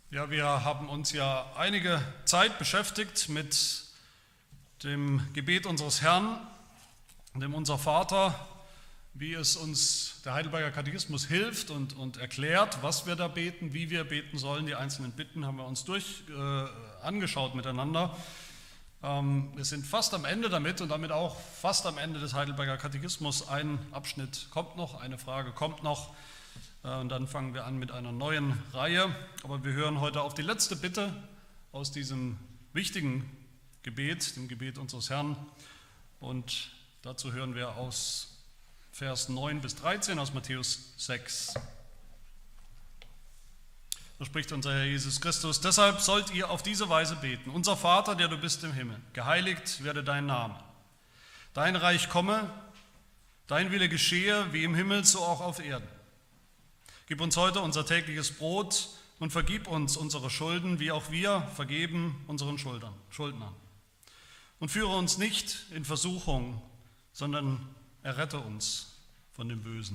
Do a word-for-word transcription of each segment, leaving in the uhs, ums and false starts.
Ja, wir haben uns ja einige Zeit beschäftigt mit dem Gebet unseres Herrn, dem Unser Vater, wie es uns der Heidelberger Katechismus hilft und, und erklärt, was wir da beten, wie wir beten sollen. Die einzelnen Bitten haben wir uns durch äh, angeschaut miteinander. Ähm, wir sind fast am Ende damit und damit auch fast am Ende des Heidelberger Katechismus. Ein Abschnitt kommt noch, eine Frage kommt noch. Und dann fangen wir an mit einer neuen Reihe. Aber wir hören heute auf die letzte Bitte aus diesem wichtigen Gebet, dem Gebet unseres Herrn. Und dazu hören wir aus Vers neun bis dreizehn aus Matthäus sechs. Da spricht unser Herr Jesus Christus: Deshalb sollt ihr auf diese Weise beten: Unser Vater, der du bist im Himmel, geheiligt werde dein Name. Dein Reich komme, dein Wille geschehe, wie im Himmel, so auch auf Erden. Gib uns heute unser tägliches Brot und vergib uns unsere Schulden, wie auch wir vergeben unseren Schuldnern. Schuldnern. Und führe uns nicht in Versuchung, sondern errette uns von dem Bösen.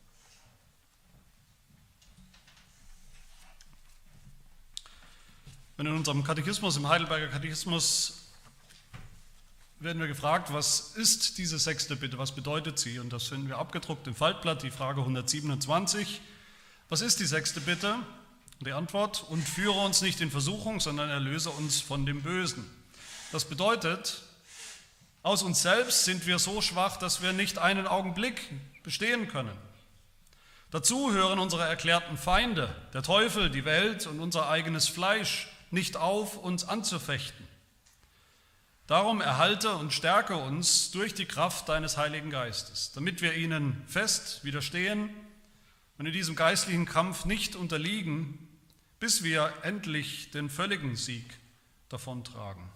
Und in unserem Katechismus, im Heidelberger Katechismus, werden wir gefragt, was ist diese sechste Bitte, was bedeutet sie? Und das finden wir abgedruckt im Faltblatt, die Frage hundertsiebenundzwanzig. Was ist die sechste Bitte? Die Antwort: Und führe uns nicht in Versuchung, sondern erlöse uns von dem Bösen. Das bedeutet, aus uns selbst sind wir so schwach, dass wir nicht einen Augenblick bestehen können. Dazu hören unsere erklärten Feinde, der Teufel, die Welt und unser eigenes Fleisch, nicht auf, uns anzufechten. Darum erhalte und stärke uns durch die Kraft deines Heiligen Geistes, damit wir ihnen fest widerstehen und in diesem geistlichen Kampf nicht unterliegen, bis wir endlich den völligen Sieg davontragen.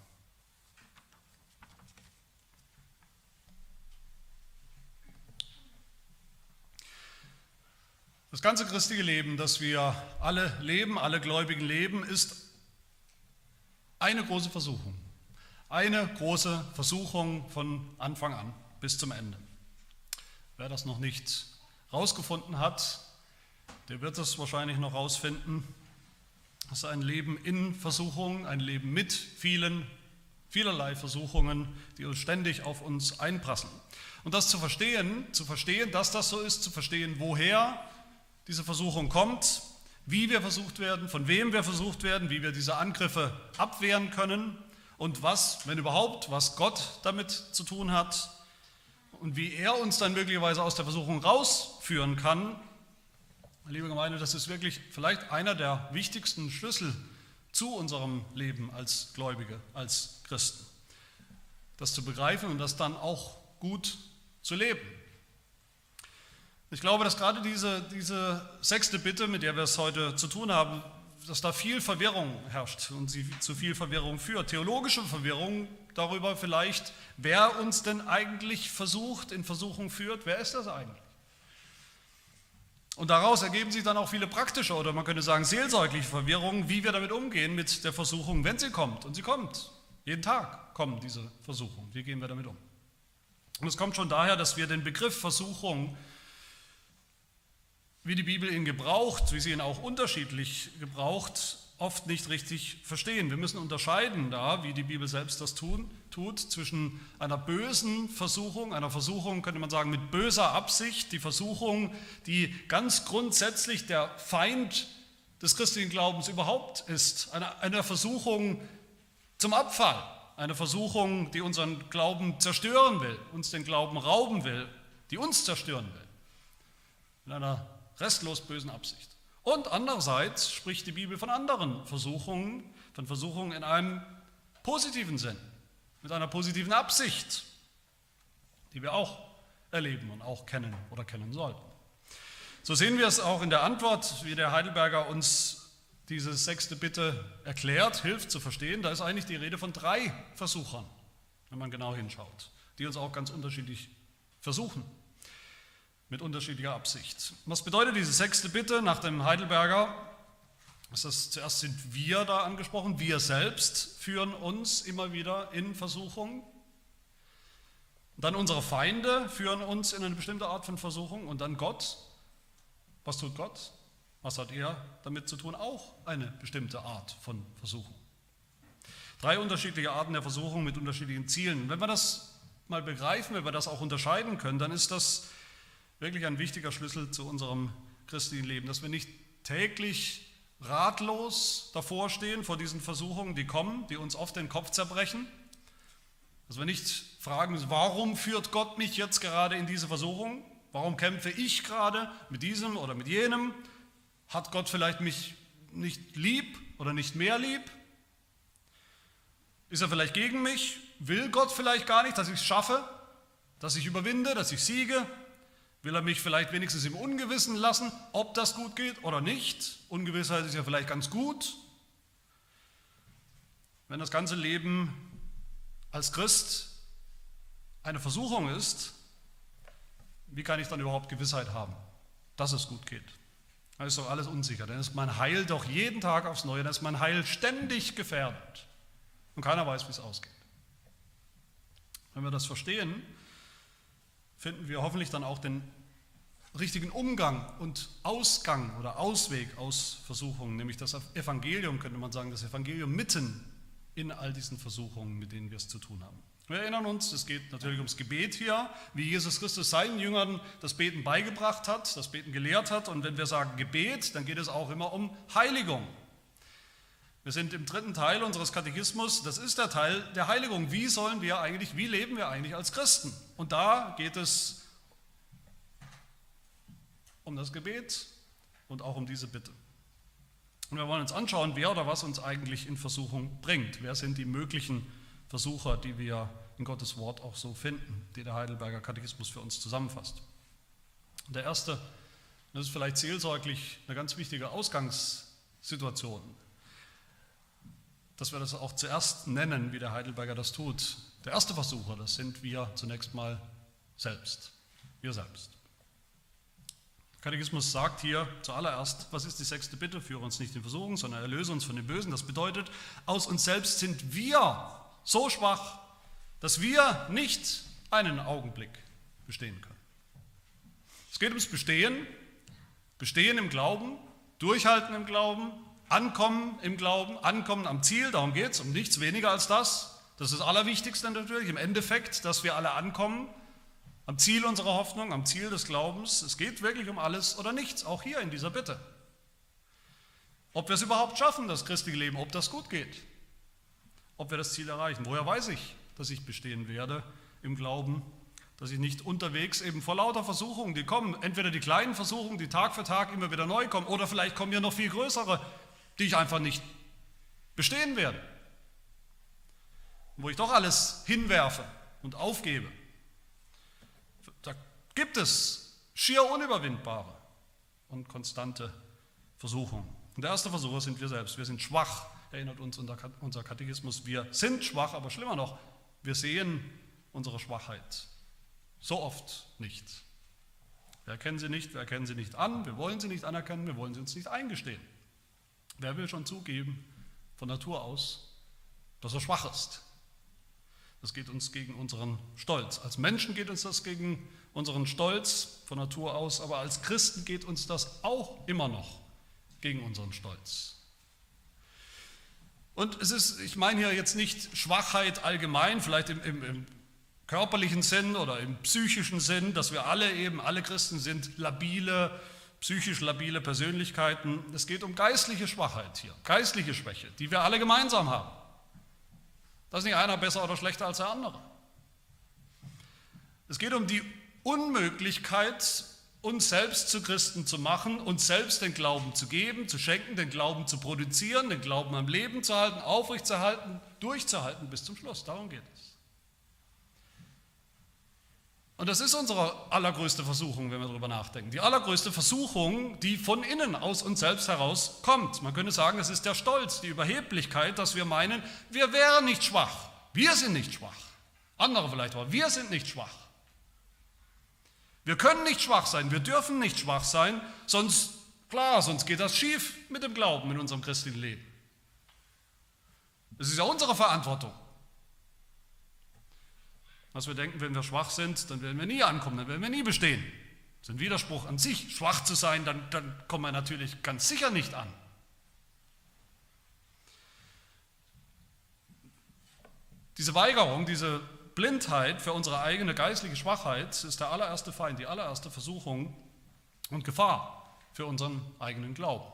Das ganze christliche Leben, das wir alle leben, alle Gläubigen leben, ist eine große Versuchung. Eine große Versuchung von Anfang an bis zum Ende. Wer das noch nicht rausgefunden hat, der wird es wahrscheinlich noch rausfinden. Es ist ein Leben in Versuchung, ein Leben mit vielen, vielerlei Versuchungen, die uns ständig auf uns einprasseln. Und das zu verstehen, zu verstehen, dass das so ist, zu verstehen, woher diese Versuchung kommt, wie wir versucht werden, von wem wir versucht werden, wie wir diese Angriffe abwehren können und was, wenn überhaupt, was Gott damit zu tun hat und wie er uns dann möglicherweise aus der Versuchung rausführen kann. Liebe Gemeinde, das ist wirklich vielleicht einer der wichtigsten Schlüssel zu unserem Leben als Gläubige, als Christen. Das zu begreifen und das dann auch gut zu leben. Ich glaube, dass gerade diese, diese sechste Bitte, mit der wir es heute zu tun haben, dass da viel Verwirrung herrscht und sie zu viel Verwirrung führt. Theologische Verwirrung darüber vielleicht, wer uns denn eigentlich versucht, in Versuchung führt. Wer ist das eigentlich? Und daraus ergeben sich dann auch viele praktische oder man könnte sagen seelsorgliche Verwirrungen, wie wir damit umgehen mit der Versuchung, wenn sie kommt. Und sie kommt. Jeden Tag kommen diese Versuchungen. Wie gehen wir damit um? Und es kommt schon daher, dass wir den Begriff Versuchung, wie die Bibel ihn gebraucht, wie sie ihn auch unterschiedlich gebraucht, oft nicht richtig verstehen. Wir müssen unterscheiden da, wie die Bibel selbst das tun, tut, zwischen einer bösen Versuchung, einer Versuchung, könnte man sagen, mit böser Absicht, die Versuchung, die ganz grundsätzlich der Feind des christlichen Glaubens überhaupt ist, eine, eine Versuchung zum Abfall, eine Versuchung, die unseren Glauben zerstören will, uns den Glauben rauben will, die uns zerstören will, in einer restlos bösen Absicht. Und andererseits spricht die Bibel von anderen Versuchungen, von Versuchungen in einem positiven Sinn, mit einer positiven Absicht, die wir auch erleben und auch kennen oder kennen sollten. So sehen wir es auch in der Antwort, wie der Heidelberger uns diese sechste Bitte erklärt, hilft zu verstehen. Da ist eigentlich die Rede von drei Versuchern, wenn man genau hinschaut, die uns auch ganz unterschiedlich versuchen. Mit unterschiedlicher Absicht. Was bedeutet diese sechste Bitte nach dem Heidelberger? Das ist, zuerst sind wir da angesprochen, wir selbst führen uns immer wieder in Versuchung. Dann unsere Feinde führen uns in eine bestimmte Art von Versuchung und dann Gott. Was tut Gott? Was hat er damit zu tun? Auch eine bestimmte Art von Versuchung. Drei unterschiedliche Arten der Versuchung mit unterschiedlichen Zielen. Wenn wir das mal begreifen, wenn wir das auch unterscheiden können, dann ist das wirklich ein wichtiger Schlüssel zu unserem christlichen Leben, dass wir nicht täglich ratlos davor stehen vor diesen Versuchungen, die kommen, die uns oft den Kopf zerbrechen. Dass wir nicht fragen, warum führt Gott mich jetzt gerade in diese Versuchung? Warum kämpfe ich gerade mit diesem oder mit jenem? Hat Gott vielleicht mich nicht lieb oder nicht mehr lieb? Ist er vielleicht gegen mich? Will Gott vielleicht gar nicht, dass ich es schaffe, dass ich überwinde, dass ich siege? Will er mich vielleicht wenigstens im Ungewissen lassen, ob das gut geht oder nicht? Ungewissheit ist ja vielleicht ganz gut. Wenn das ganze Leben als Christ eine Versuchung ist, wie kann ich dann überhaupt Gewissheit haben, dass es gut geht? Da ist doch alles unsicher, dann ist mein Heil doch jeden Tag aufs Neue, dann ist mein Heil ständig gefährdet und keiner weiß, wie es ausgeht. Wenn wir das verstehen, finden wir hoffentlich dann auch den richtigen Umgang und Ausgang oder Ausweg aus Versuchungen, nämlich das Evangelium, könnte man sagen, das Evangelium mitten in all diesen Versuchungen, mit denen wir es zu tun haben. Wir erinnern uns, es geht natürlich ums Gebet hier, wie Jesus Christus seinen Jüngern das Beten beigebracht hat, das Beten gelehrt hat. Und wenn wir sagen Gebet, dann geht es auch immer um Heiligung. Wir sind im dritten Teil unseres Katechismus, das ist der Teil der Heiligung. Wie sollen wir eigentlich, wie leben wir eigentlich als Christen? Und da geht es um das Gebet und auch um diese Bitte. Und wir wollen uns anschauen, wer oder was uns eigentlich in Versuchung bringt. Wer sind die möglichen Versucher, die wir in Gottes Wort auch so finden, die der Heidelberger Katechismus für uns zusammenfasst. Und der erste, das ist vielleicht seelsorglich eine ganz wichtige Ausgangssituation, dass wir das auch zuerst nennen, wie der Heidelberger das tut. Der erste Versucher, das sind wir zunächst mal selbst, wir selbst. Der Katechismus sagt hier zuallererst, was ist die sechste Bitte? Führe uns nicht in Versuchung, sondern erlöse uns von dem Bösen. Das bedeutet, aus uns selbst sind wir so schwach, dass wir nicht einen Augenblick bestehen können. Es geht ums Bestehen, Bestehen im Glauben, Durchhalten im Glauben, Ankommen im Glauben, Ankommen am Ziel, darum geht es, um nichts weniger als das. Das ist das Allerwichtigste natürlich, im Endeffekt, dass wir alle ankommen, am Ziel unserer Hoffnung, am Ziel des Glaubens. Es geht wirklich um alles oder nichts, auch hier in dieser Bitte. Ob wir es überhaupt schaffen, das christliche Leben, ob das gut geht. Ob wir das Ziel erreichen. Woher weiß ich, dass ich bestehen werde im Glauben, dass ich nicht unterwegs eben vor lauter Versuchungen, die kommen, entweder die kleinen Versuchungen, die Tag für Tag immer wieder neu kommen, oder vielleicht kommen ja noch viel größere, die ich einfach nicht bestehen werde. Wo ich doch alles hinwerfe und aufgebe. Da gibt es schier unüberwindbare und konstante Versuchungen. Und der erste Versucher sind wir selbst. Wir sind schwach. Erinnert uns unser Katechismus, wir sind schwach, aber schlimmer noch, wir sehen unsere Schwachheit so oft nicht. Wir erkennen sie nicht, wir erkennen sie nicht an, wir wollen sie nicht anerkennen, wir wollen sie uns nicht eingestehen. Wer will schon zugeben, von Natur aus, dass er schwach ist? Das geht uns gegen unseren Stolz. Als Menschen geht uns das gegen unseren Stolz von Natur aus, aber als Christen geht uns das auch immer noch gegen unseren Stolz. Und es ist, ich meine hier jetzt nicht Schwachheit allgemein, vielleicht im, im, im körperlichen Sinn oder im psychischen Sinn, dass wir alle eben, alle Christen sind labile, psychisch labile Persönlichkeiten. Es geht um geistliche Schwachheit hier, geistliche Schwäche, die wir alle gemeinsam haben. Da ist nicht einer besser oder schlechter als der andere. Es geht um die Unmöglichkeit, uns selbst zu Christen zu machen, uns selbst den Glauben zu geben, zu schenken, den Glauben zu produzieren, den Glauben am Leben zu halten, aufrechtzuerhalten, durchzuhalten bis zum Schluss. Darum geht es. Und das ist unsere allergrößte Versuchung, wenn wir darüber nachdenken. Die allergrößte Versuchung, die von innen aus uns selbst heraus kommt. Man könnte sagen, es ist der Stolz, die Überheblichkeit, dass wir meinen, wir wären nicht schwach. Wir sind nicht schwach. Andere vielleicht, aber wir sind nicht schwach. Wir können nicht schwach sein, wir dürfen nicht schwach sein, sonst, klar, sonst geht das schief mit dem Glauben in unserem christlichen Leben. Es ist ja unsere Verantwortung. Dass wir denken, wenn wir schwach sind, dann werden wir nie ankommen, dann werden wir nie bestehen. Das ist ein Widerspruch an sich, schwach zu sein, dann, dann kommen wir natürlich ganz sicher nicht an. Diese Weigerung, diese Blindheit für unsere eigene geistliche Schwachheit ist der allererste Feind, die allererste Versuchung und Gefahr für unseren eigenen Glauben.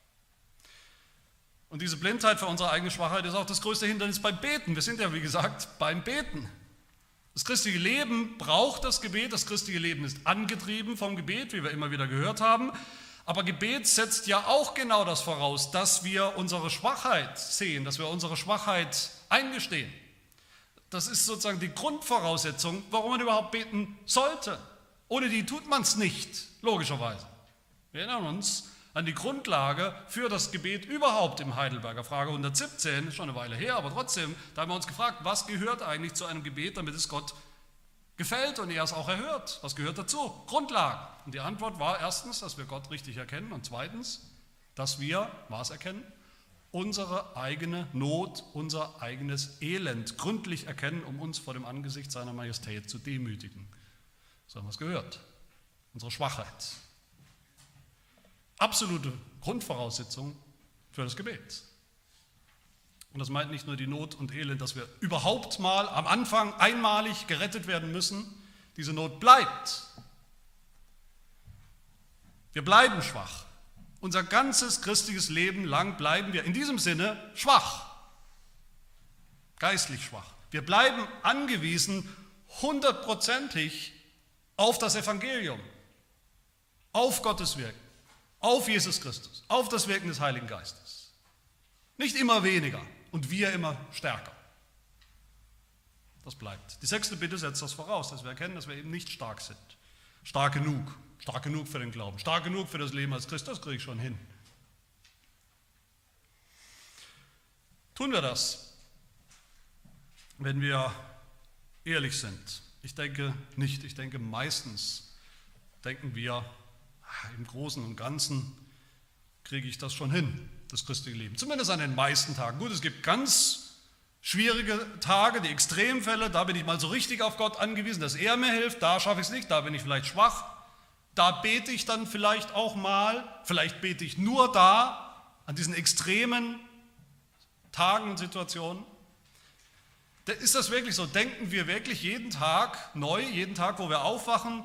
Und diese Blindheit für unsere eigene Schwachheit ist auch das größte Hindernis beim Beten. Wir sind ja, wie gesagt, beim Beten. Das christliche Leben braucht das Gebet, das christliche Leben ist angetrieben vom Gebet, wie wir immer wieder gehört haben. Aber Gebet setzt ja auch genau das voraus, dass wir unsere Schwachheit sehen, dass wir unsere Schwachheit eingestehen. Das ist sozusagen die Grundvoraussetzung, warum man überhaupt beten sollte. Ohne die tut man es nicht, logischerweise. Wir erinnern uns an die Grundlage für das Gebet überhaupt im Heidelberger Frage hundertsiebzehn, ist schon eine Weile her, aber trotzdem, da haben wir uns gefragt, was gehört eigentlich zu einem Gebet, damit es Gott gefällt und er es auch erhört. Was gehört dazu? Grundlagen. Und die Antwort war erstens, dass wir Gott richtig erkennen und zweitens, dass wir, was erkennen? Unsere eigene Not, unser eigenes Elend gründlich erkennen, um uns vor dem Angesicht seiner Majestät zu demütigen. So haben wir es gehört. Unsere Schwachheit. Absolute Grundvoraussetzung für das Gebet. Und das meint nicht nur die Not und Elend, dass wir überhaupt mal am Anfang einmalig gerettet werden müssen. Diese Not bleibt. Wir bleiben schwach. Unser ganzes christliches Leben lang bleiben wir in diesem Sinne schwach, geistlich schwach. Wir bleiben angewiesen hundertprozentig auf das Evangelium, auf Gottes Wirken, auf Jesus Christus, auf das Wirken des Heiligen Geistes. Nicht immer weniger und wir immer stärker. Das bleibt. Die sechste Bitte setzt das voraus, dass wir erkennen, dass wir eben nicht stark sind. Stark genug. Stark genug für den Glauben, stark genug für das Leben als Christ, das kriege ich schon hin. Tun wir das, wenn wir ehrlich sind? Ich denke nicht. Ich denke, meistens denken wir, im Großen und Ganzen kriege ich das schon hin, das christliche Leben. Zumindest an den meisten Tagen. Gut, es gibt ganz schwierige Tage, die Extremfälle, da bin ich mal so richtig auf Gott angewiesen, dass er mir hilft, da schaffe ich es nicht, da bin ich vielleicht schwach. Da bete ich dann vielleicht auch mal, vielleicht bete ich nur da, an diesen extremen Tagen und Situationen. Ist das wirklich so? Denken wir wirklich jeden Tag neu, jeden Tag, wo wir aufwachen,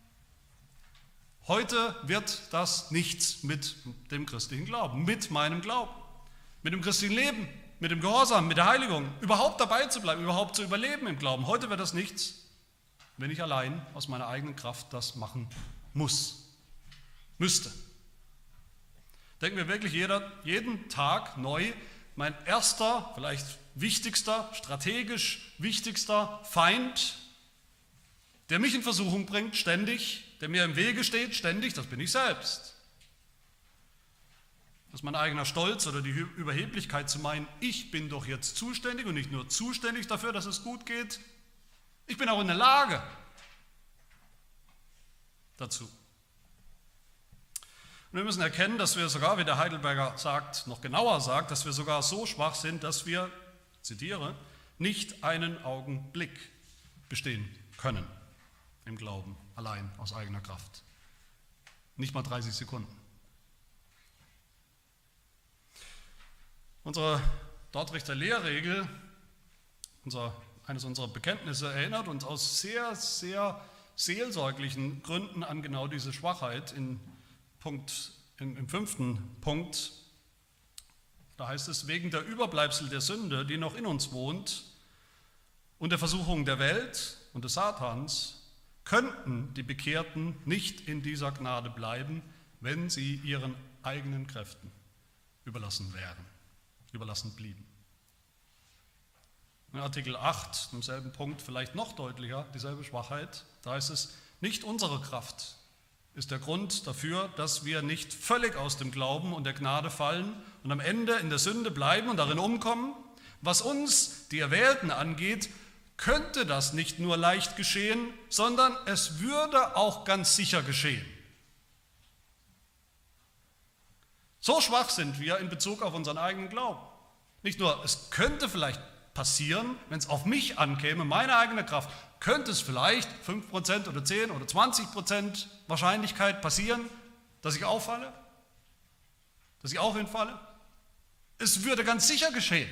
heute wird das nichts mit dem christlichen Glauben, mit meinem Glauben, mit dem christlichen Leben, mit dem Gehorsam, mit der Heiligung, überhaupt dabei zu bleiben, überhaupt zu überleben im Glauben. Heute wird das nichts, wenn ich allein aus meiner eigenen Kraft das machen muss, müsste. Denken wir wirklich jeder, jeden Tag neu, mein erster, vielleicht wichtigster, strategisch wichtigster Feind, der mich in Versuchung bringt, ständig, der mir im Wege steht, ständig, das bin ich selbst. Das ist mein eigener Stolz oder die Überheblichkeit zu meinen, ich bin doch jetzt zuständig und nicht nur zuständig dafür, dass es gut geht, ich bin auch in der Lage dazu. Und wir müssen erkennen, dass wir sogar, wie der Heidelberger sagt, noch genauer sagt, dass wir sogar so schwach sind, dass wir, zitiere, nicht einen Augenblick bestehen können im Glauben, allein aus eigener Kraft. Nicht mal dreißig Sekunden. Unsere Dortrichter Lehrregel, unser, eines unserer Bekenntnisse, erinnert uns aus sehr, sehr seelsorglichen Gründen an genau diese Schwachheit in Punkt, in, im fünften Punkt. Da heißt es, wegen der Überbleibsel der Sünde, die noch in uns wohnt, und der Versuchung der Welt und des Satans, könnten die Bekehrten nicht in dieser Gnade bleiben, wenn sie ihren eigenen Kräften überlassen wären, überlassen blieben. In Artikel acht, im selben Punkt, vielleicht noch deutlicher, dieselbe Schwachheit, da heißt es, nicht unsere Kraft ist der Grund dafür, dass wir nicht völlig aus dem Glauben und der Gnade fallen und am Ende in der Sünde bleiben und darin umkommen. Was uns, die Erwählten, angeht, könnte das nicht nur leicht geschehen, sondern es würde auch ganz sicher geschehen. So schwach sind wir in Bezug auf unseren eigenen Glauben. Nicht nur, es könnte vielleicht passieren, wenn es auf mich ankäme, meine eigene Kraft, könnte es vielleicht fünf Prozent oder zehn oder zwanzig Prozent Wahrscheinlichkeit passieren, dass ich auffalle, dass ich auch hinfalle. Es würde ganz sicher geschehen.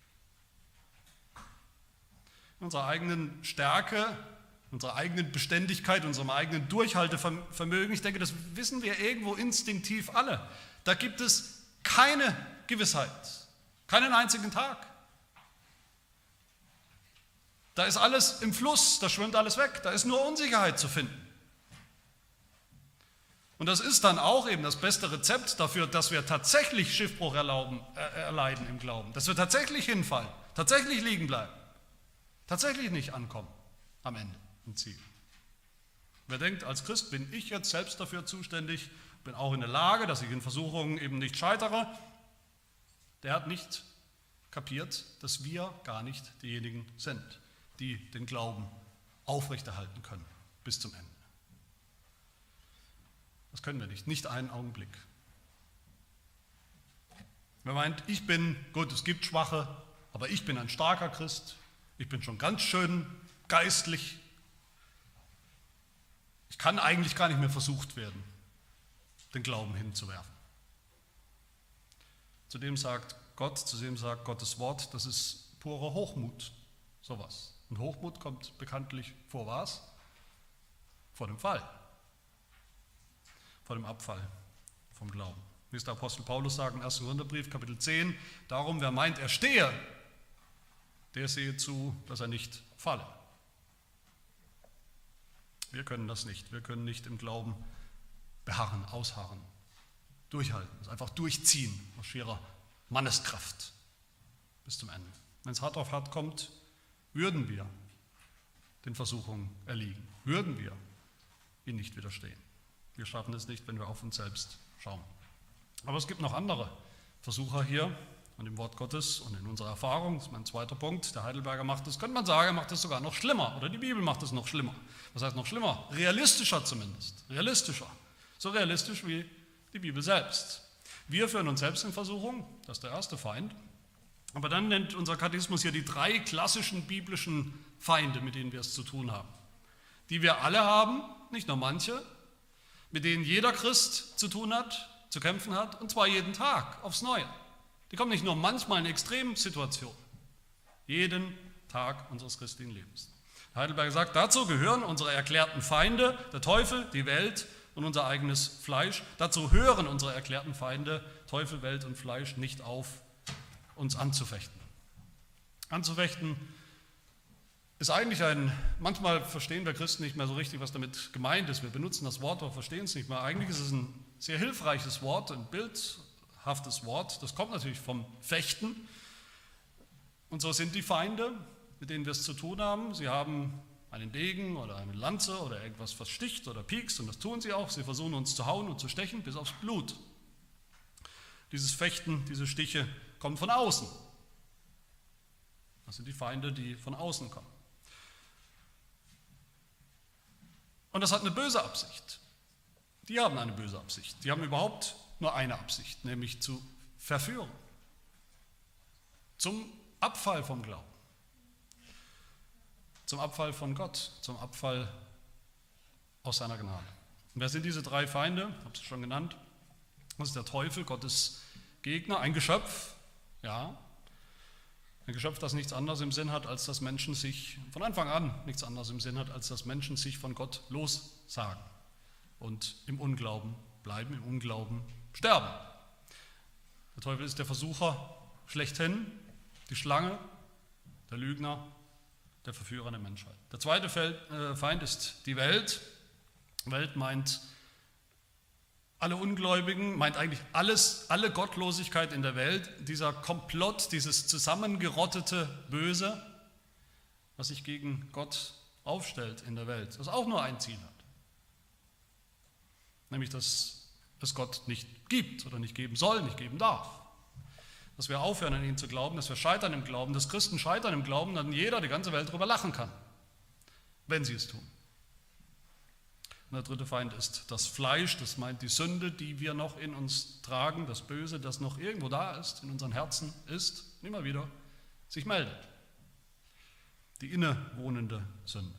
In unserer eigenen Stärke, unserer eigenen Beständigkeit, unserem eigenen Durchhaltevermögen, ich denke, das wissen wir irgendwo instinktiv alle. Da gibt es keine Gewissheit, keinen einzigen Tag. Da ist alles im Fluss, da schwimmt alles weg, da ist nur Unsicherheit zu finden. Und das ist dann auch eben das beste Rezept dafür, dass wir tatsächlich Schiffbruch erlauben, äh, erleiden im Glauben, dass wir tatsächlich hinfallen, tatsächlich liegen bleiben, tatsächlich nicht ankommen am Ende im Ziel. Wer denkt, als Christ bin ich jetzt selbst dafür zuständig, bin auch in der Lage, dass ich in Versuchungen eben nicht scheitere, der hat nicht kapiert, dass wir gar nicht diejenigen sind, die den Glauben aufrechterhalten können bis zum Ende. Das können wir nicht, nicht einen Augenblick. Wer meint, ich bin, gut, es gibt Schwache, aber ich bin ein starker Christ, ich bin schon ganz schön geistlich, ich kann eigentlich gar nicht mehr versucht werden, den Glauben hinzuwerfen. Zudem sagt Gott, zudem sagt Gottes Wort, das ist purer Hochmut, sowas. Und Hochmut kommt bekanntlich vor was? Vor dem Fall. Vor dem Abfall vom Glauben. Wie es der Apostel Paulus sagt im ersten Korintherbrief, Kapitel zehn, darum, wer meint, er stehe, der sehe zu, dass er nicht falle. Wir können das nicht. Wir können nicht im Glauben beharren, ausharren, durchhalten, also einfach durchziehen aus schierer Manneskraft bis zum Ende. Wenn es hart auf hart kommt, würden wir den Versuchungen erliegen, würden wir ihnen nicht widerstehen. Wir schaffen es nicht, wenn wir auf uns selbst schauen. Aber es gibt noch andere Versucher hier und im Wort Gottes und in unserer Erfahrung, das ist mein zweiter Punkt, der Heidelberger macht es, könnte man sagen, macht es sogar noch schlimmer oder die Bibel macht es noch schlimmer. Was heißt noch schlimmer? Realistischer zumindest, realistischer. So realistisch wie die Bibel selbst. Wir führen uns selbst in Versuchung, das ist der erste Feind. Aber dann nennt unser Katechismus hier die drei klassischen biblischen Feinde, mit denen wir es zu tun haben. Die wir alle haben, nicht nur manche, mit denen jeder Christ zu tun hat, zu kämpfen hat, und zwar jeden Tag aufs Neue. Die kommen nicht nur manchmal in Extremsituationen, jeden Tag unseres christlichen Lebens. Heidelberger sagt, dazu gehören unsere erklärten Feinde, der Teufel, die Welt und unser eigenes Fleisch. Dazu hören unsere erklärten Feinde, Teufel, Welt und Fleisch, nicht auf, uns anzufechten. Anzufechten ist eigentlich ein, manchmal verstehen wir Christen nicht mehr so richtig, was damit gemeint ist. Wir benutzen das Wort, aber verstehen es nicht mehr. Eigentlich ist es ein sehr hilfreiches Wort, ein bildhaftes Wort. Das kommt natürlich vom Fechten. Und so sind die Feinde, mit denen wir es zu tun haben. Sie haben einen Degen oder eine Lanze oder irgendwas, was sticht oder piekst, und das tun sie auch. Sie versuchen uns zu hauen und zu stechen bis aufs Blut. Dieses Fechten, diese Stiche kommen von außen. Das sind die Feinde, die von außen kommen. Und das hat eine böse Absicht. Die haben eine böse Absicht. Die haben überhaupt nur eine Absicht, nämlich zu verführen. Zum Abfall vom Glauben. Zum Abfall von Gott. Zum Abfall aus seiner Gnade. Und wer sind diese drei Feinde? Ich habe es schon genannt. Das ist der Teufel, Gottes Gegner, ein Geschöpf, ja, ein Geschöpf, das nichts anderes im Sinn hat, als dass Menschen sich, von Anfang an nichts anderes im Sinn hat, als dass Menschen sich von Gott lossagen und im Unglauben bleiben, im Unglauben sterben. Der Teufel ist der Versucher schlechthin, die Schlange, der Lügner, der Verführer der Menschheit. Der zweite Feind ist die Welt. Welt meint alle Ungläubigen, meint eigentlich alles, alle Gottlosigkeit in der Welt, dieser Komplott, dieses zusammengerottete Böse, was sich gegen Gott aufstellt in der Welt, das auch nur ein Ziel hat. Nämlich, dass es Gott nicht gibt oder nicht geben soll, nicht geben darf. Dass wir aufhören, an ihn zu glauben, dass wir scheitern im Glauben, dass Christen scheitern im Glauben, dann jeder, die ganze Welt darüber lachen kann, wenn sie es tun. Und der dritte Feind ist das Fleisch, das meint die Sünde, die wir noch in uns tragen, das Böse, das noch irgendwo da ist, in unseren Herzen ist, immer wieder sich meldet. die innewohnende Sünde.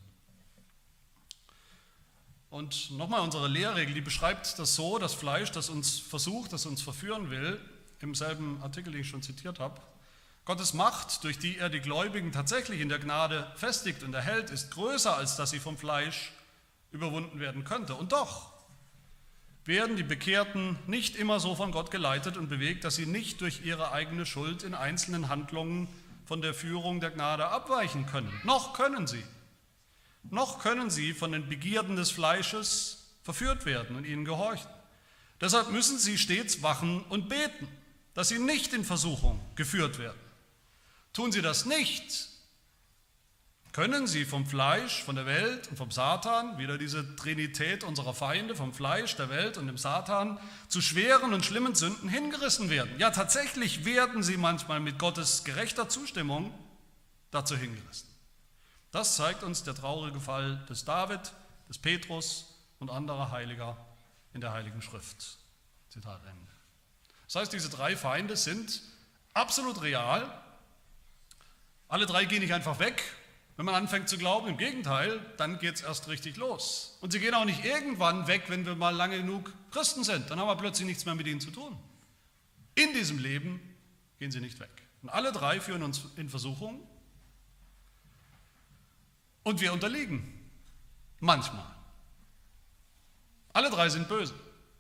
Und nochmal unsere Lehrregel, die beschreibt das so, das Fleisch, das uns versucht, das uns verführen will, im selben Artikel, den ich schon zitiert habe. Gottes Macht, durch die er die Gläubigen tatsächlich in der Gnade festigt und erhält, ist größer, als dass sie vom Fleisch überwunden werden könnte. Und doch werden die Bekehrten nicht immer so von Gott geleitet und bewegt, dass sie nicht durch ihre eigene Schuld in einzelnen Handlungen von der Führung der Gnade abweichen können. Noch können sie. Noch können sie von den Begierden des Fleisches verführt werden und ihnen gehorchen. Deshalb müssen sie stets wachen und beten, dass sie nicht in Versuchung geführt werden. Tun sie das nicht, können sie vom Fleisch, von der Welt und vom Satan, wieder diese Trinität unserer Feinde, vom Fleisch, der Welt und dem Satan, zu schweren und schlimmen Sünden hingerissen werden. Ja, tatsächlich werden sie manchmal mit Gottes gerechter Zustimmung dazu hingerissen. Das zeigt uns der traurige Fall des David, des Petrus und anderer Heiliger in der Heiligen Schrift. Zitat Ende. Das heißt, diese drei Feinde sind absolut real. Alle drei gehen nicht einfach weg, wenn man anfängt zu glauben. Im Gegenteil, dann geht es erst richtig los. Und sie gehen auch nicht irgendwann weg, wenn wir mal lange genug Christen sind. Dann haben wir plötzlich nichts mehr mit ihnen zu tun. In diesem Leben gehen sie nicht weg. Und alle drei führen uns in Versuchung. Und wir unterliegen. Manchmal. Alle drei sind böse.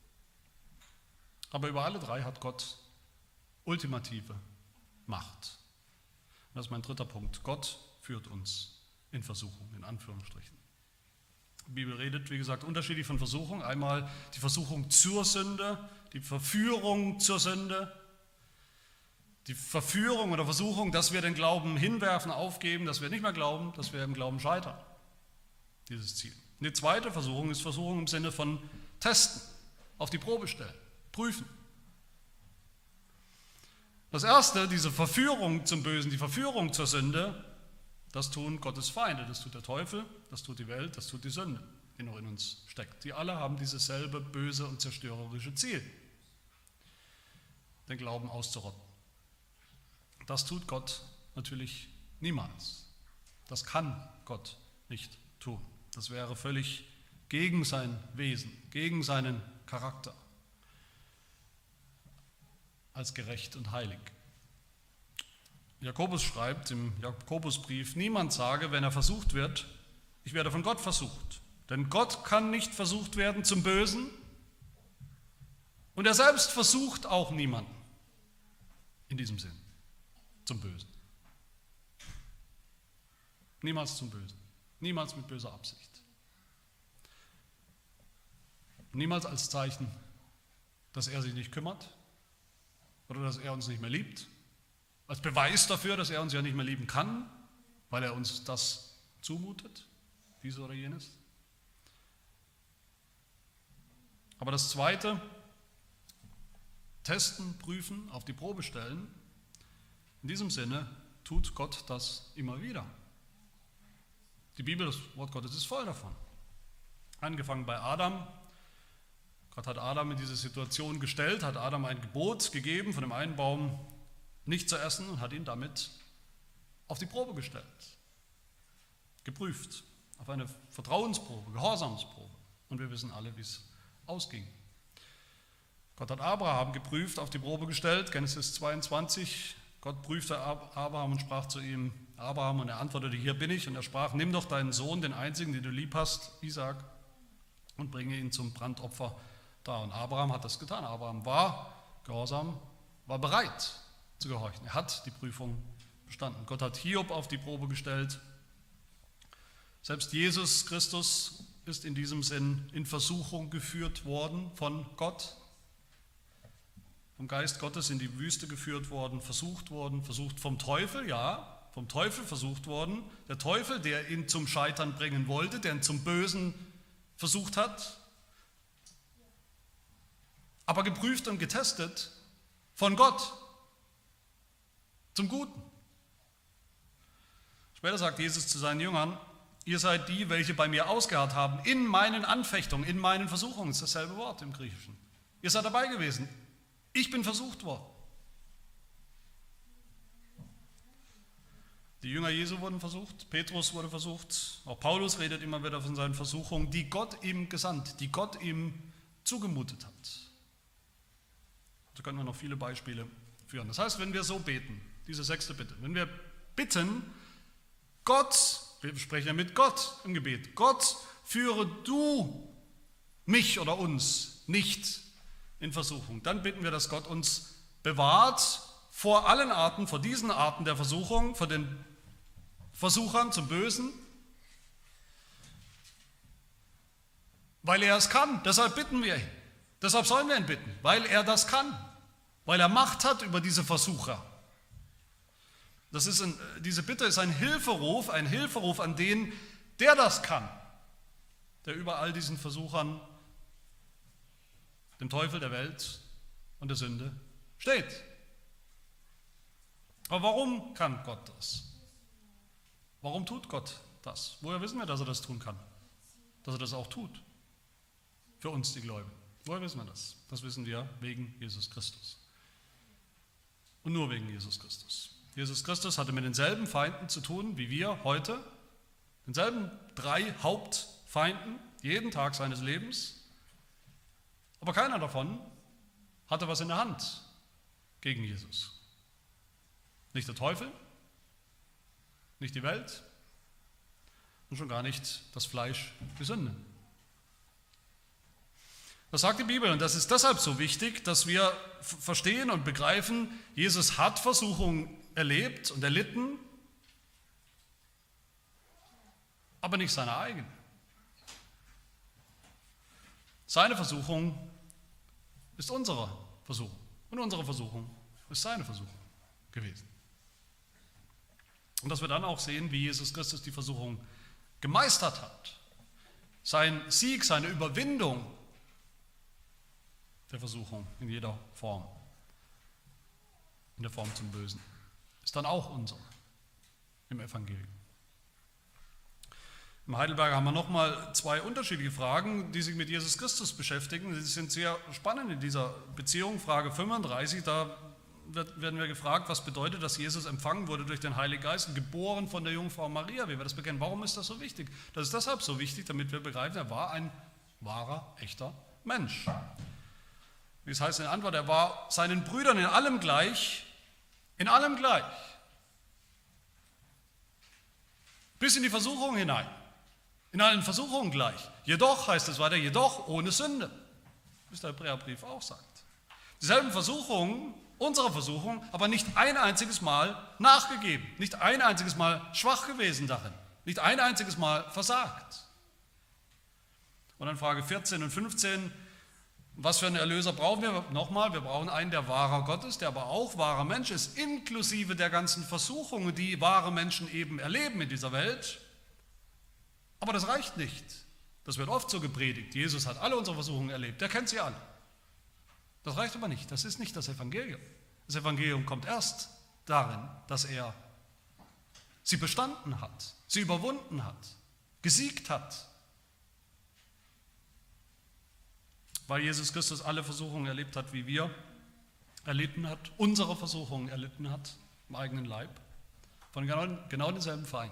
Aber über alle drei hat Gott ultimative Macht. Das ist mein dritter Punkt. Gott führt uns in Versuchung, in Anführungsstrichen. Die Bibel redet, wie gesagt, unterschiedlich von Versuchung. Einmal die Versuchung zur Sünde, die Verführung zur Sünde, die Verführung oder Versuchung, dass wir den Glauben hinwerfen, aufgeben, dass wir nicht mehr glauben, dass wir im Glauben scheitern. Dieses Ziel. Und die zweite Versuchung ist Versuchung im Sinne von testen, auf die Probe stellen, prüfen. Das erste, diese Verführung zum Bösen, die Verführung zur Sünde, das tun Gottes Feinde, das tut der Teufel, das tut die Welt, das tut die Sünde, die noch in uns steckt. Die alle haben dieses selbe böse und zerstörerische Ziel, den Glauben auszurotten. Das tut Gott natürlich niemals. Das kann Gott nicht tun. Das wäre völlig gegen sein Wesen, gegen seinen Charakter als gerecht und heilig. Jakobus schreibt im Jakobusbrief, niemand sage, wenn er versucht wird, ich werde von Gott versucht. Denn Gott kann nicht versucht werden zum Bösen und er selbst versucht auch niemanden in diesem Sinn zum Bösen. Niemals zum Bösen. Niemals mit böser Absicht. Niemals als Zeichen, dass er sich nicht kümmert oder dass er uns nicht mehr liebt. Als Beweis dafür, dass er uns ja nicht mehr lieben kann, weil er uns das zumutet, dies oder jenes. Aber das Zweite, testen, prüfen, auf die Probe stellen, in diesem Sinne tut Gott das immer wieder. Die Bibel, das Wort Gottes, ist voll davon. Angefangen bei Adam. Gott hat Adam in diese Situation gestellt, hat Adam ein Gebot gegeben, von dem einen Baum nicht zu essen und hat ihn damit auf die Probe gestellt. Geprüft. Auf eine Vertrauensprobe, Gehorsamsprobe. Und wir wissen alle, wie es ausging. Gott hat Abraham geprüft, auf die Probe gestellt. Genesis zweiundzwanzig. Gott prüfte Abraham und sprach zu ihm, Abraham, und er antwortete, hier bin ich. Und er sprach, nimm doch deinen Sohn, den einzigen, den du lieb hast, Isaak, und bringe ihn zum Brandopfer dar. Und Abraham hat das getan. Abraham war gehorsam, war bereit zu gehorchen. Er hat die Prüfung bestanden. Gott hat Hiob auf die Probe gestellt. Selbst Jesus Christus ist in diesem Sinn in Versuchung geführt worden von Gott. Vom Geist Gottes in die Wüste geführt worden, versucht worden, versucht vom Teufel, ja, vom Teufel versucht worden. Der Teufel, der ihn zum Scheitern bringen wollte, der ihn zum Bösen versucht hat, aber geprüft und getestet von Gott zum Guten. Später sagt Jesus zu seinen Jüngern, ihr seid die, welche bei mir ausgeharrt haben, in meinen Anfechtungen, in meinen Versuchungen, das ist dasselbe Wort im Griechischen. Ihr seid dabei gewesen. Ich bin versucht worden. Die Jünger Jesu wurden versucht, Petrus wurde versucht, auch Paulus redet immer wieder von seinen Versuchungen, die Gott ihm gesandt, die Gott ihm zugemutet hat. So können wir noch viele Beispiele führen. Das heißt, wenn wir so beten, diese sechste Bitte, wenn wir bitten, Gott, wir sprechen ja mit Gott im Gebet, Gott, führe du mich oder uns nicht in Versuchung, dann bitten wir, dass Gott uns bewahrt vor allen Arten, vor diesen Arten der Versuchung, vor den Versuchern zum Bösen, weil er es kann. Deshalb bitten wir ihn. Deshalb sollen wir ihn bitten, weil er das kann, weil er Macht hat über diese Versucher. Das ist ein, diese Bitte ist ein Hilferuf, ein Hilferuf an den, der das kann, der über all diesen Versuchern, dem Teufel, der Welt und der Sünde steht. Aber warum kann Gott das? Warum tut Gott das? Woher wissen wir, dass er das tun kann? Dass er das auch tut? Für uns, die Gläubigen. Woher wissen wir das? Das wissen wir wegen Jesus Christus. Und nur wegen Jesus Christus. Jesus Christus hatte mit denselben Feinden zu tun wie wir heute, denselben drei Hauptfeinden, jeden Tag seines Lebens. Aber keiner davon hatte was in der Hand gegen Jesus. Nicht der Teufel, nicht die Welt und schon gar nicht das Fleisch, die Sünde. Das sagt die Bibel und das ist deshalb so wichtig, dass wir verstehen und begreifen, Jesus hat Versuchung erlebt und erlitten, aber nicht seine eigene. Seine Versuchung ist unsere Versuchung und unsere Versuchung ist seine Versuchung gewesen. Und dass wir dann auch sehen, wie Jesus Christus die Versuchung gemeistert hat. Sein Sieg, seine Überwindung der Versuchung in jeder Form, in der Form zum Bösen, ist dann auch unser im Evangelium. Im Heidelberger haben wir nochmal zwei unterschiedliche Fragen, die sich mit Jesus Christus beschäftigen. Sie sind sehr spannend in dieser Beziehung. Frage fünfunddreißig, da wird, werden wir gefragt, was bedeutet, dass Jesus empfangen wurde durch den Heiligen Geist und geboren von der Jungfrau Maria, wie wir das bekennen. Warum ist das so wichtig? Das ist deshalb so wichtig, damit wir begreifen, er war ein wahrer, echter Mensch. Wie es heißt in der Antwort, er war seinen Brüdern in allem gleich, in allem gleich, bis in die Versuchung hinein, in allen Versuchungen gleich. Jedoch, heißt es weiter, jedoch ohne Sünde, wie der Hebräerbrief auch sagt. Dieselben Versuchungen, unsere Versuchung, aber nicht ein einziges Mal nachgegeben, nicht ein einziges Mal schwach gewesen darin, nicht ein einziges Mal versagt. Und dann Frage vierzehn und fünfzehn, was für einen Erlöser brauchen wir? Nochmal, wir brauchen einen, der wahrer Gott ist, der aber auch wahrer Mensch ist, inklusive der ganzen Versuchungen, die wahre Menschen eben erleben in dieser Welt. Aber das reicht nicht. Das wird oft so gepredigt. Jesus hat alle unsere Versuchungen erlebt, der kennt sie alle. Das reicht aber nicht, das ist nicht das Evangelium. Das Evangelium kommt erst darin, dass er sie bestanden hat, sie überwunden hat, gesiegt hat. Weil Jesus Christus alle Versuchungen erlebt hat, wie wir erlitten hat, unsere Versuchungen erlitten hat, im eigenen Leib, von genau, genau denselben Feinden.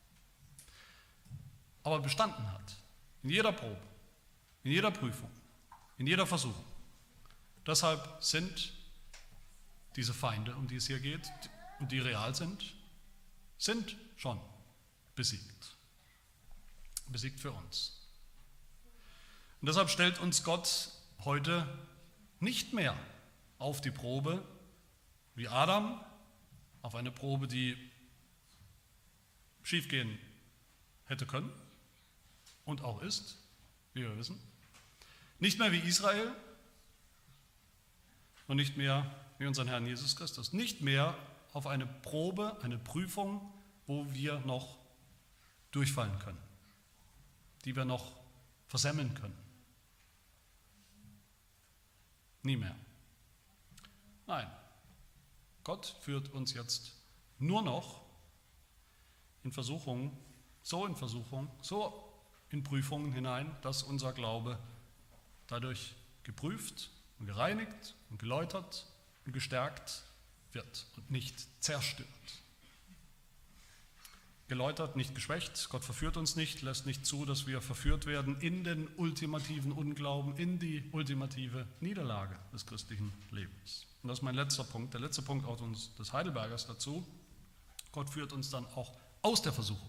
Aber bestanden hat, in jeder Probe, in jeder Prüfung, in jeder Versuchung. Deshalb sind diese Feinde, um die es hier geht und die real sind, sind schon besiegt. Besiegt für uns. Und deshalb stellt uns Gott heute nicht mehr auf die Probe wie Adam, auf eine Probe, die schiefgehen hätte können und auch ist, wie wir wissen. Nicht mehr wie Israel und nicht mehr wie unseren Herrn Jesus Christus. Nicht mehr auf eine Probe, eine Prüfung, wo wir noch durchfallen können, die wir noch versemmeln können. Nie mehr. Nein, Gott führt uns jetzt nur noch in Versuchungen, so in Versuchungen, so in Prüfungen hinein, dass unser Glaube dadurch geprüft und gereinigt und geläutert und gestärkt wird und nicht zerstört. geläutert, nicht geschwächt. Gott verführt uns nicht, lässt nicht zu, dass wir verführt werden in den ultimativen Unglauben, in die ultimative Niederlage des christlichen Lebens. Und das ist mein letzter Punkt, der letzte Punkt auch des Heidelbergers dazu. Gott führt uns dann auch aus der Versuchung.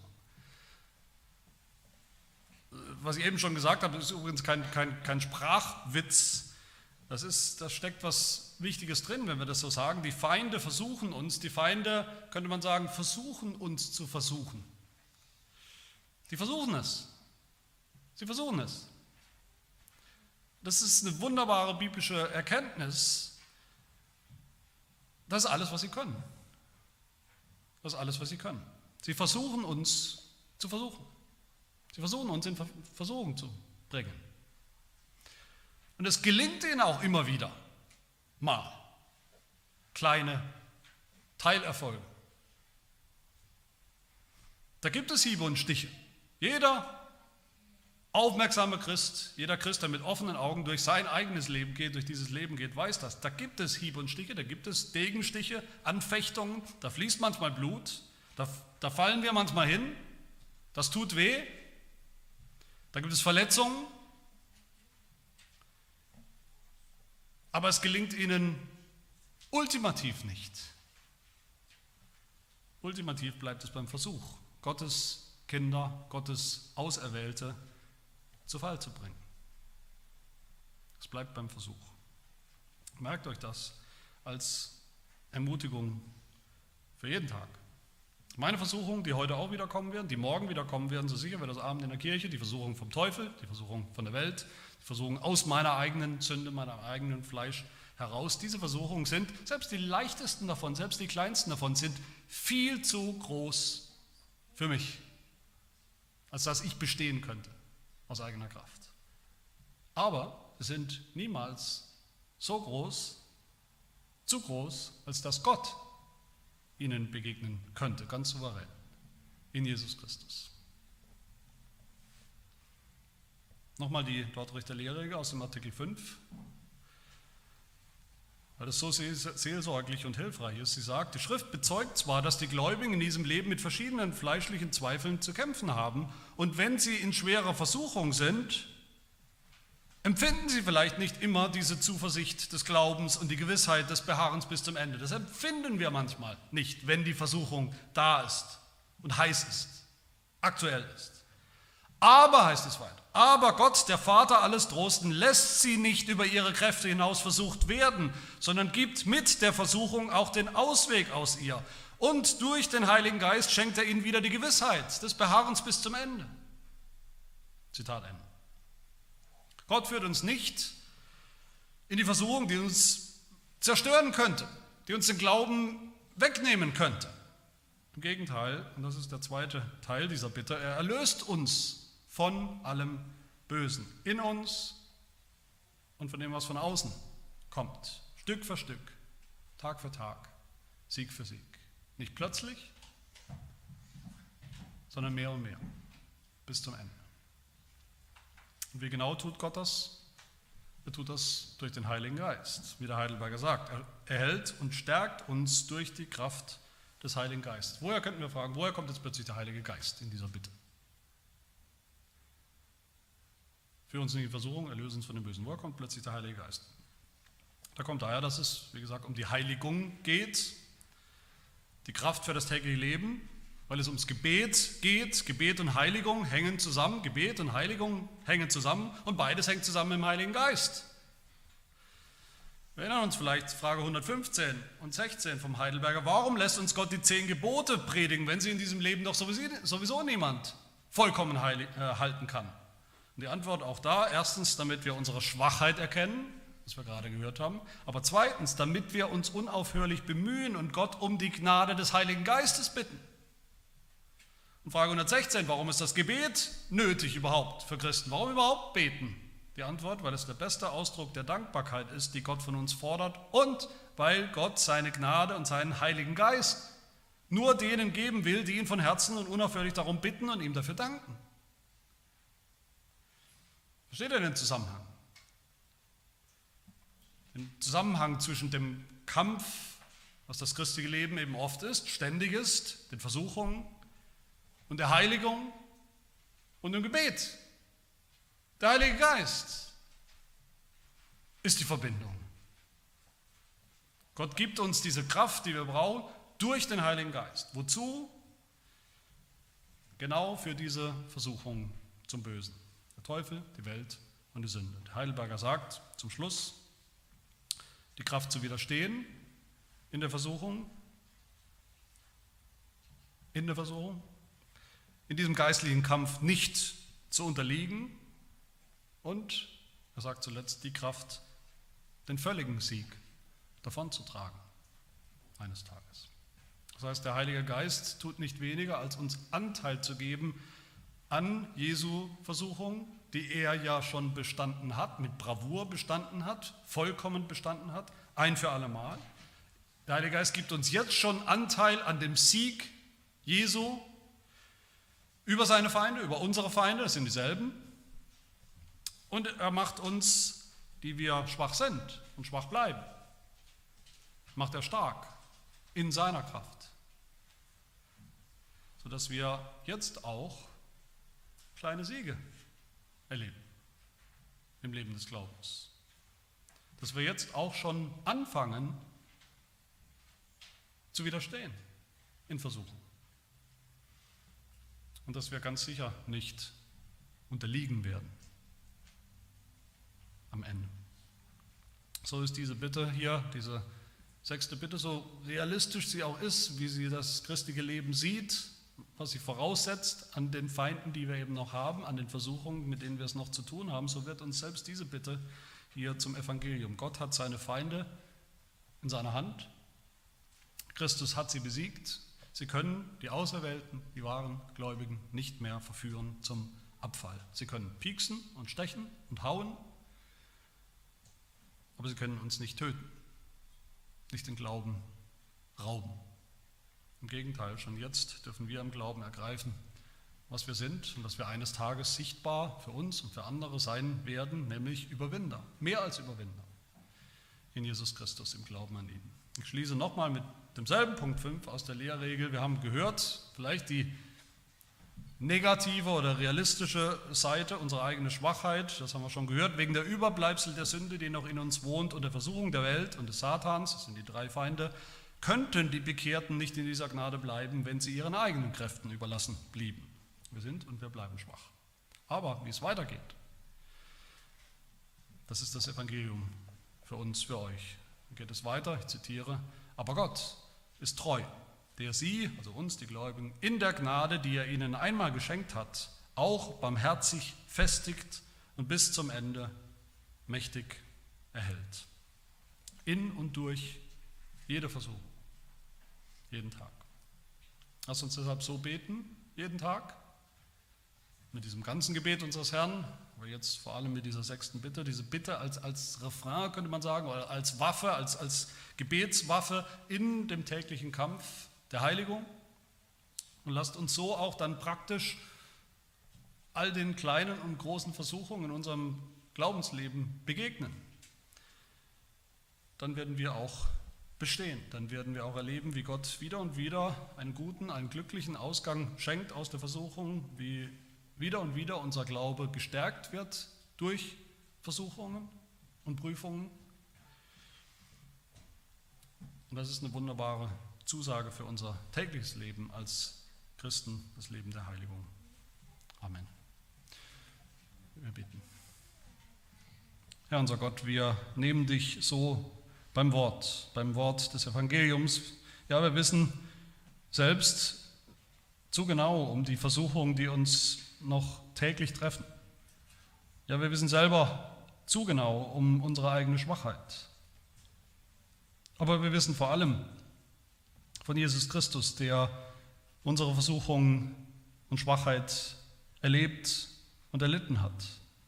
Was ich eben schon gesagt habe, ist übrigens kein, kein, kein Sprachwitz. Das ist, da steckt was Wichtiges drin, wenn wir das so sagen. Die Feinde versuchen uns, die Feinde, könnte man sagen, versuchen uns zu versuchen. Die versuchen es. Sie versuchen es. Das ist eine wunderbare biblische Erkenntnis. Das ist alles, was sie können. Das ist alles, was sie können. Sie versuchen uns zu versuchen. Sie versuchen uns in Versuchung zu bringen. Und es gelingt ihnen auch immer wieder mal kleine Teilerfolge. Da gibt es Hiebe und Stiche. Jeder aufmerksame Christ, jeder Christ, der mit offenen Augen durch sein eigenes Leben geht, durch dieses Leben geht, weiß das. Da gibt es Hiebe und Stiche, da gibt es Degenstiche, Anfechtungen, da fließt manchmal Blut, da, da fallen wir manchmal hin, das tut weh, da gibt es Verletzungen. Aber es gelingt ihnen ultimativ nicht. Ultimativ bleibt es beim Versuch, Gottes Kinder, Gottes Auserwählte zu Fall zu bringen. Es bleibt beim Versuch. Merkt euch das als Ermutigung für jeden Tag. Meine Versuchungen, die heute auch wieder kommen werden, die morgen wieder kommen werden, so sicher wie das Abend in der Kirche, die Versuchung vom Teufel, die Versuchung von der Welt, die Versuchung aus meiner eigenen Sünde, meinem eigenen Fleisch heraus. Diese Versuchungen sind, selbst die leichtesten davon, selbst die kleinsten davon, sind viel zu groß für mich, als dass ich bestehen könnte aus eigener Kraft. Aber sie sind niemals so groß, zu groß, als dass Gott ihnen begegnen könnte, ganz souverän, in Jesus Christus. Nochmal die Dortrechter aus dem Artikel fünf, weil das so seelsorglich und hilfreich ist. Sie sagt, die Schrift bezeugt zwar, dass die Gläubigen in diesem Leben mit verschiedenen fleischlichen Zweifeln zu kämpfen haben, und wenn sie in schwerer Versuchung sind, empfinden sie vielleicht nicht immer diese Zuversicht des Glaubens und die Gewissheit des Beharrens bis zum Ende. Das empfinden wir manchmal nicht, wenn die Versuchung da ist und heiß ist, aktuell ist. Aber, heißt es weiter, aber Gott, der Vater alles Trosten, lässt sie nicht über ihre Kräfte hinaus versucht werden, sondern gibt mit der Versuchung auch den Ausweg aus ihr. Und durch den Heiligen Geist schenkt er ihnen wieder die Gewissheit des Beharrens bis zum Ende. Zitat Ende. Gott führt uns nicht in die Versuchung, die uns zerstören könnte, die uns den Glauben wegnehmen könnte. Im Gegenteil, und das ist der zweite Teil dieser Bitte, er erlöst uns von allem Bösen, in uns und von dem, was von außen kommt, Stück für Stück, Tag für Tag, Sieg für Sieg. Nicht plötzlich, sondern mehr und mehr, bis zum Ende. Und wie genau tut Gott das? Er tut das durch den Heiligen Geist, wie der Heidelberger sagt. Er erhält und stärkt uns durch die Kraft des Heiligen Geistes. Woher könnten wir fragen, woher kommt jetzt plötzlich der Heilige Geist in dieser Bitte? Führ uns in die Versuchung, erlöse uns von dem Bösen. Woher kommt plötzlich der Heilige Geist? Da kommt daher, dass es, wie gesagt, um die Heiligung geht, die Kraft für das tägliche Leben, weil es ums Gebet geht. Gebet und Heiligung hängen zusammen, Gebet und Heiligung hängen zusammen und beides hängt zusammen im Heiligen Geist. Wir erinnern uns vielleicht Frage hundertfünfzehn und sechzehn vom Heidelberger. Warum lässt uns Gott die zehn Gebote predigen, wenn sie in diesem Leben doch sowieso, sowieso niemand vollkommen heilig, äh, halten kann? Und die Antwort auch da, erstens, damit wir unsere Schwachheit erkennen, was wir gerade gehört haben, aber zweitens, damit wir uns unaufhörlich bemühen und Gott um die Gnade des Heiligen Geistes bitten. Und Frage hundertsechzehn, warum ist das Gebet nötig überhaupt für Christen? Warum überhaupt beten? Die Antwort, weil es der beste Ausdruck der Dankbarkeit ist, die Gott von uns fordert, und weil Gott seine Gnade und seinen Heiligen Geist nur denen geben will, die ihn von Herzen und unaufhörlich darum bitten und ihm dafür danken. Versteht ihr den Zusammenhang? Den Zusammenhang zwischen dem Kampf, was das christliche Leben eben oft ist, ständig ist, den Versuchungen, und der Heiligung und im Gebet. Der Heilige Geist ist die Verbindung. Gott gibt uns diese Kraft, die wir brauchen, durch den Heiligen Geist. Wozu? Genau für diese Versuchung zum Bösen. Der Teufel, die Welt und die Sünde. Der Heidelberger sagt zum Schluss, die Kraft zu widerstehen in der Versuchung, in der Versuchung, in diesem geistlichen Kampf nicht zu unterliegen und, er sagt zuletzt, die Kraft, den völligen Sieg davonzutragen eines Tages. Das heißt, der Heilige Geist tut nicht weniger, als uns Anteil zu geben an Jesu Versuchung, die er ja schon bestanden hat, mit Bravour bestanden hat, vollkommen bestanden hat, ein für alle Mal. Der Heilige Geist gibt uns jetzt schon Anteil an dem Sieg Jesu über seine Feinde, über unsere Feinde, das sind dieselben. Und er macht uns, die wir schwach sind und schwach bleiben, macht er stark in seiner Kraft, sodass wir jetzt auch kleine Siege erleben im Leben des Glaubens. Dass wir jetzt auch schon anfangen zu widerstehen in Versuchung. Und dass wir ganz sicher nicht unterliegen werden am Ende. So ist diese Bitte hier, diese sechste Bitte, so realistisch sie auch ist, wie sie das christliche Leben sieht, was sie voraussetzt an den Feinden, die wir eben noch haben, an den Versuchungen, mit denen wir es noch zu tun haben, so wird uns selbst diese Bitte hier zum Evangelium. Gott hat seine Feinde in seiner Hand. Christus hat sie besiegt. Sie können die Auserwählten, die wahren Gläubigen nicht mehr verführen zum Abfall. Sie können pieksen und stechen und hauen, aber sie können uns nicht töten, nicht den Glauben rauben. Im Gegenteil, schon jetzt dürfen wir im Glauben ergreifen, was wir sind und dass wir eines Tages sichtbar für uns und für andere sein werden, nämlich Überwinder, mehr als Überwinder in Jesus Christus im Glauben an ihn. Ich schließe nochmal mit demselben Punkt fünf aus der Lehrregel. Wir haben gehört, vielleicht die negative oder realistische Seite, unsere eigene Schwachheit, das haben wir schon gehört, wegen der Überbleibsel der Sünde, die noch in uns wohnt und der Versuchung der Welt und des Satans, das sind die drei Feinde, könnten die Bekehrten nicht in dieser Gnade bleiben, wenn sie ihren eigenen Kräften überlassen blieben. Wir sind und wir bleiben schwach. Aber wie es weitergeht, das ist das Evangelium für uns, für euch. Dann geht es weiter, ich zitiere, aber Gott ist treu, der sie, also uns, die Gläubigen, in der Gnade, die er ihnen einmal geschenkt hat, auch barmherzig festigt und bis zum Ende mächtig erhält. In und durch jede Versuchung, jeden Tag. Lass uns deshalb so beten, jeden Tag, mit diesem ganzen Gebet unseres Herrn, aber jetzt vor allem mit dieser sechsten Bitte, diese Bitte als, als Refrain, könnte man sagen, oder als Waffe, als, als Gebetswaffe in dem täglichen Kampf der Heiligung. Und lasst uns so auch dann praktisch all den kleinen und großen Versuchungen in unserem Glaubensleben begegnen. Dann werden wir auch bestehen. Dann werden wir auch erleben, wie Gott wieder und wieder einen guten, einen glücklichen Ausgang schenkt aus der Versuchung, wie wieder und wieder unser Glaube gestärkt wird durch Versuchungen und Prüfungen. Und das ist eine wunderbare Zusage für unser tägliches Leben als Christen, das Leben der Heiligung. Amen. Wir beten. Herr unser Gott, wir nehmen dich so beim Wort, beim Wort des Evangeliums. Ja, wir wissen selbst zu genau um die Versuchungen, die uns noch täglich treffen. Ja, wir wissen selber zu genau um unsere eigene Schwachheit. Aber wir wissen vor allem von Jesus Christus, der unsere Versuchungen und Schwachheit erlebt und erlitten hat,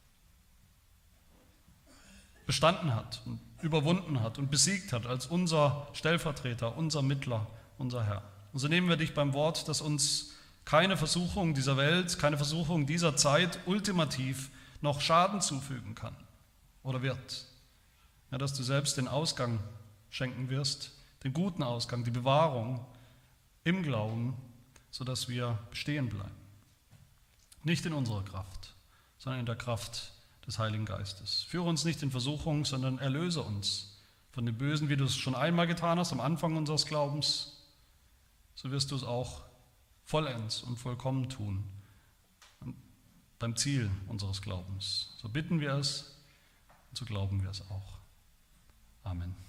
bestanden hat und überwunden hat und besiegt hat als unser Stellvertreter, unser Mittler, unser Herr. Und so nehmen wir dich beim Wort, dass uns keine Versuchung dieser Welt, keine Versuchung dieser Zeit ultimativ noch Schaden zufügen kann oder wird. Ja, dass du selbst den Ausgang schenken wirst, den guten Ausgang, die Bewahrung im Glauben sodass wir bestehen bleiben. Nicht in unserer Kraft, sondern in der Kraft des Heiligen Geistes. Führe uns nicht in Versuchung, sondern erlöse uns von dem Bösen, wie du es schon einmal getan hast am Anfang unseres Glaubens. So wirst du es auch vollends und vollkommen tun beim Ziel unseres Glaubens. So bitten wir es und so glauben wir es auch. Amen.